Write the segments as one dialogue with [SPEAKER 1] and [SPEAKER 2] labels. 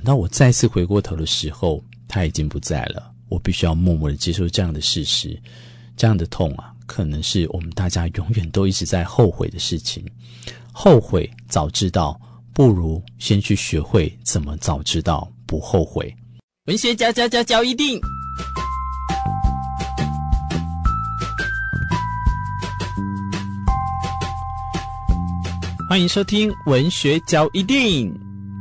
[SPEAKER 1] 到我再次回过头的时候，他已经不在了，我必须要默默地接受这样的事实。这样的痛啊，可能是我们大家永远都一直在后悔的事情。后悔早知道，不如先去学会怎么早知道不后悔。
[SPEAKER 2] 文学交一定。欢迎收听文学交一定。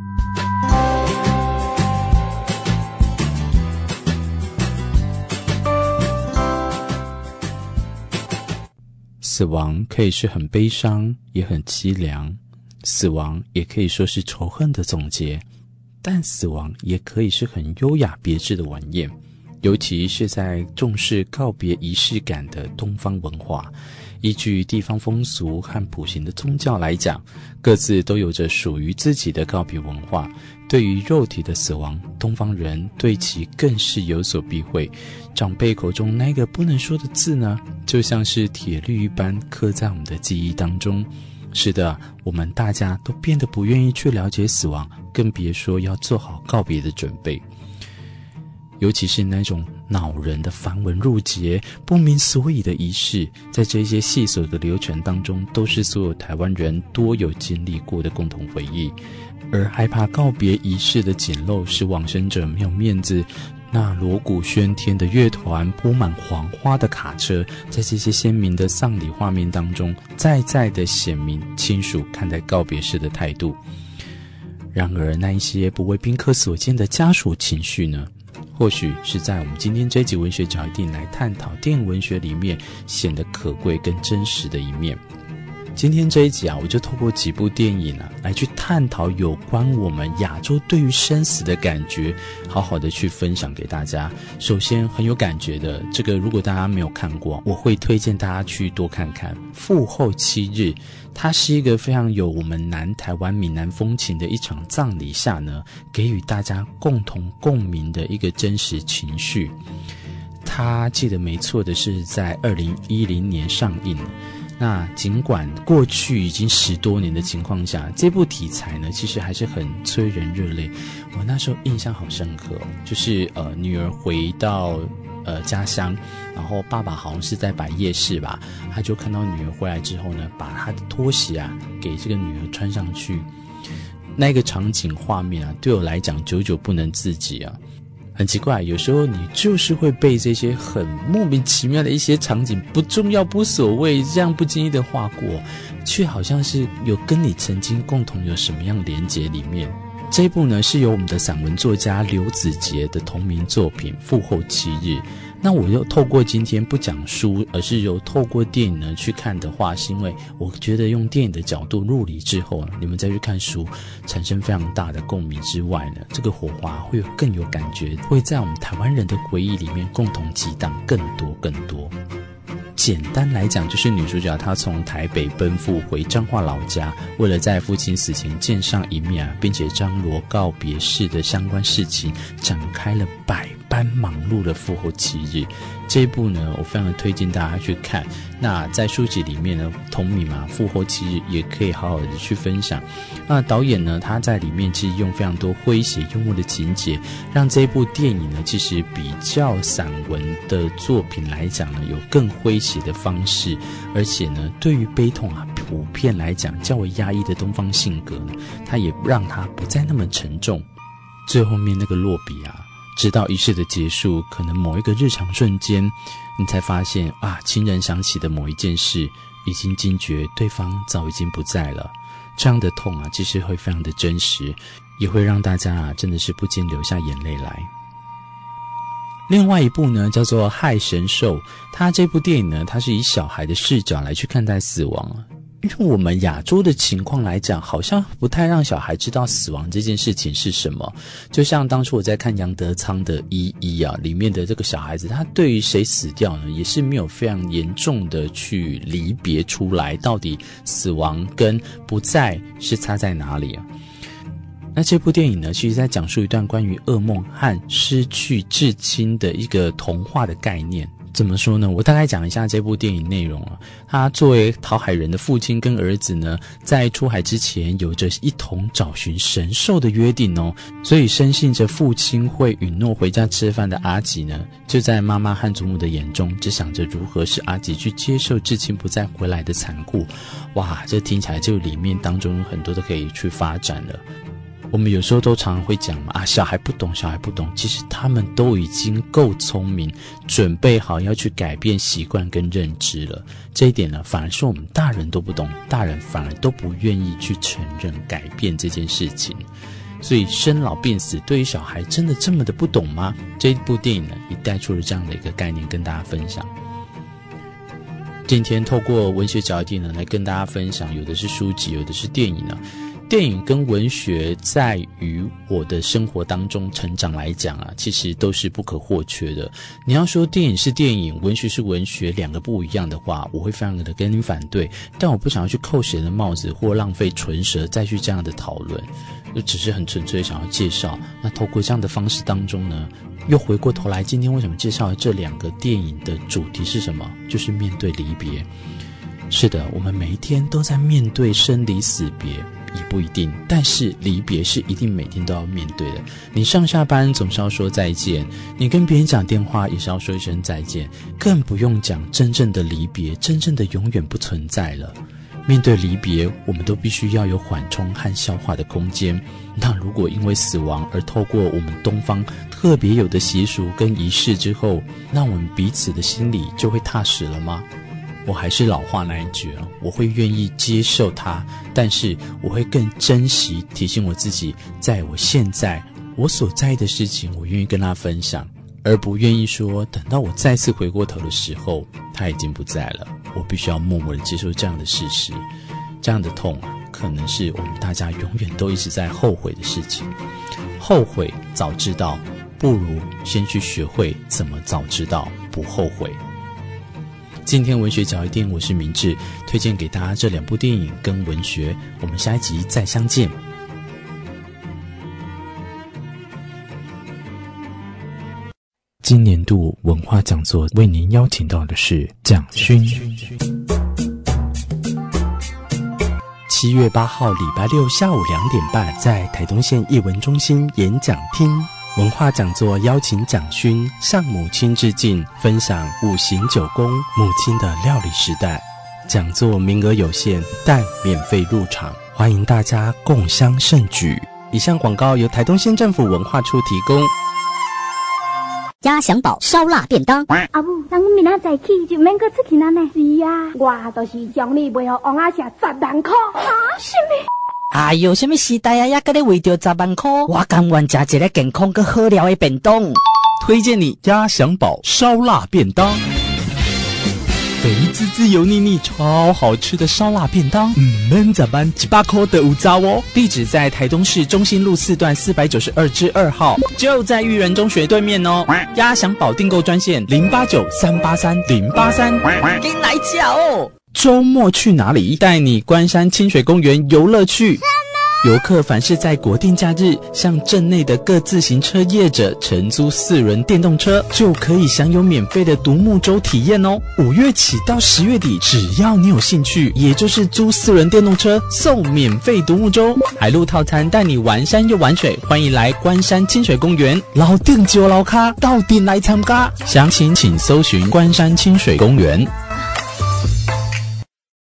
[SPEAKER 1] 死亡可以是很悲伤，也很凄凉，死亡也可以说是仇恨的总结，但死亡也可以是很优雅别致的晚宴，尤其是在重视告别仪式感的东方文化。依据地方风俗和普行的宗教来讲，各自都有着属于自己的告别文化。对于肉体的死亡，东方人对其更是有所避讳。长辈口中那个不能说的字呢，就像是铁律一般刻在我们的记忆当中。是的，我们大家都变得不愿意去了解死亡，更别说要做好告别的准备。尤其是那种恼人的繁文缛节、不明所以的仪式，在这些细琐的流程当中，都是所有台湾人多有经历过的共同回忆。而害怕告别仪式的简陋，使往生者没有面子。那锣鼓喧天的乐团，铺满黄花的卡车，在这些鲜明的丧礼画面当中，再再的显明亲属看待告别式的态度。然而，那一些不为宾客所见的家属情绪呢，或许是在我们今天这集文学角一定来探讨电影文学里面显得可贵跟真实的一面。今天这一集啊，我就透过几部电影啊，来去探讨有关我们亚洲对于生死的感觉，好好的去分享给大家。首先很有感觉的，这个如果大家没有看过，我会推荐大家去多看看《父后7日》。它是一个非常有我们南台湾闽南风情的一场葬礼下呢，给予大家共同共鸣的一个真实情绪。它记得没错的是在2010年上映。那尽管过去已经10多年的情况下，这部题材呢其实还是很催人热泪。我那时候印象好深刻就是女儿回到家乡，然后爸爸好像是在摆夜市吧，他就看到女儿回来之后呢，把他的拖鞋啊给这个女儿穿上去。那个场景画面啊，对我来讲久久不能自己啊。很奇怪，有时候你就是会被这些很莫名其妙的一些场景，不重要不所谓，这样不经意的划过，却好像是有跟你曾经共同有什么样连结里面。这一部呢是由我们的散文作家刘子杰的同名作品《父后7日》。那我又透过今天不讲书，而是由透过电影呢去看的话，是因为我觉得用电影的角度入理之后，你们再去看书，产生非常大的共鸣之外呢，这个火花会更有感觉，会在我们台湾人的回忆里面共同激荡更多。简单来讲，就是女主角她从台北奔赴回彰化老家，为了在父亲死前见上一面并且张罗告别式的相关事情，展开了百般忙碌的父后7日。这一部呢，我非常推荐大家去看。那在书籍里面呢，同名嘛，父后7日也可以好好的去分享。那导演呢，他在里面其实用非常多诙谐幽默的情节，让这一部电影呢，其实比较散文的作品来讲呢，有更诙谐的方式，而且呢，对于悲痛啊，普遍来讲较为压抑的东方性格呢，它也让它不再那么沉重。最后面那个落笔啊，直到仪式的结束，可能某一个日常瞬间，你才发现啊，亲人想起的某一件事，已经惊觉对方早已经不在了。这样的痛啊，其实会非常的真实，也会让大家啊，真的是不禁流下眼泪来。另外一部呢，叫做《害神兽》，它这部电影呢，它是以小孩的视角来去看待死亡。因为我们亚洲的情况来讲，好像不太让小孩知道死亡这件事情是什么。就像当初我在看杨德昌的《一》啊，里面的这个小孩子，他对于谁死掉呢，也是没有非常严重的去离别出来，到底死亡跟不在是差在哪里啊？那这部电影呢，其实在讲述一段关于噩梦和失去至亲的一个童话的概念。 怎么说呢？我大概讲一下这部电影内容啊。他作为讨海人的父亲跟儿子呢，在出海之前有着一同找寻神兽的约定哦，所以深信着父亲会允诺回家吃饭的阿吉呢，就在妈妈和祖母的眼中，只想着如何使阿吉去接受至亲不再回来的残酷。哇，这听起来就里面当中很多都可以去发展了。我们有时候都常常会讲嘛，小孩不懂，其实他们都已经够聪明，准备好要去改变习惯跟认知了。这一点呢，反而是我们大人都不懂，大人反而都不愿意去承认改变这件事情。所以生老病死对于小孩真的这么的不懂吗？这一部电影呢，也带出了这样的一个概念跟大家分享。今天透过文学角度呢，来跟大家分享，有的是书籍，有的是电影呢。电影跟文学在于我的生活当中成长来讲啊，其实都是不可或缺的。你要说电影是电影，文学是文学，两个不一样的话，我会非常的跟你反对。但我不想要去扣谁的帽子或浪费唇舌再去这样的讨论，就只是很纯粹想要介绍。那透过这样的方式当中呢，又回过头来，今天为什么介绍这两个电影的主题是什么？就是面对离别。是的，我们每一天都在面对生离死别，也不一定，但是离别是一定每天都要面对的。你上下班总是要说再见，你跟别人讲电话也是要说一声再见，更不用讲真正的离别，真正的永远不存在了。面对离别，我们都必须要有缓冲和消化的空间。那如果因为死亡而透过我们东方特别有的习俗跟仪式之后，那我们彼此的心里就会踏实了吗？我还是老话那一句，我会愿意接受它，但是我会更珍惜，提醒我自己，在我现在我所在意的事情，我愿意跟他分享，而不愿意说等到我再次回过头的时候，他已经不在了。我必须要默默地接受这样的事实，这样的痛可能是我们大家永远都一直在后悔的事情。后悔早知道，不如先去学会怎么早知道不后悔。今天文学角一店，我是明志，推荐给大家这两部电影跟文学，我们下一集再相见。今年度文化讲座为您邀请到的是蒋勋。7月8号礼拜六下午2点半，在台东县艺文中心演讲厅文化讲座，邀请蒋勋向母亲致敬，分享5行9宫母亲的料理时代。讲座名额有限，但免费入场，欢迎大家共襄盛举。以上广告由台东县政府文化处提供。
[SPEAKER 3] 鸭翔堡烧腊便当。
[SPEAKER 4] 阿母，咱明仔载起就免搁出去了呢。是啊，我就是将你卖给王阿姐10万块。哈？什么？
[SPEAKER 3] 哎呦，什么时代啊，还搁咧为着10万块？我甘愿吃一个健康佮好料的便当。
[SPEAKER 2] 推荐你鸭翔堡烧腊便当，肥滋滋油腻腻超好吃的烧腊便当，10万700块的有招哦。地址在台东市中心路4段492-2号，就在育人中学对面哦。鸭翔堡订购专线089-383-083，给你来叫哦。周末去哪里？带你关山清水公园游乐去。游客凡是在国定假日向镇内的各自行车业者承租4轮电动车，就可以享有免费的独木舟体验哦。5月起到10月底，只要你有兴趣，也就是租4轮电动车送免费独木舟，海陆套餐带你玩山又玩水。欢迎来关山清水公园，老店就老咖，到店来参加。详情请搜寻关山清水公园。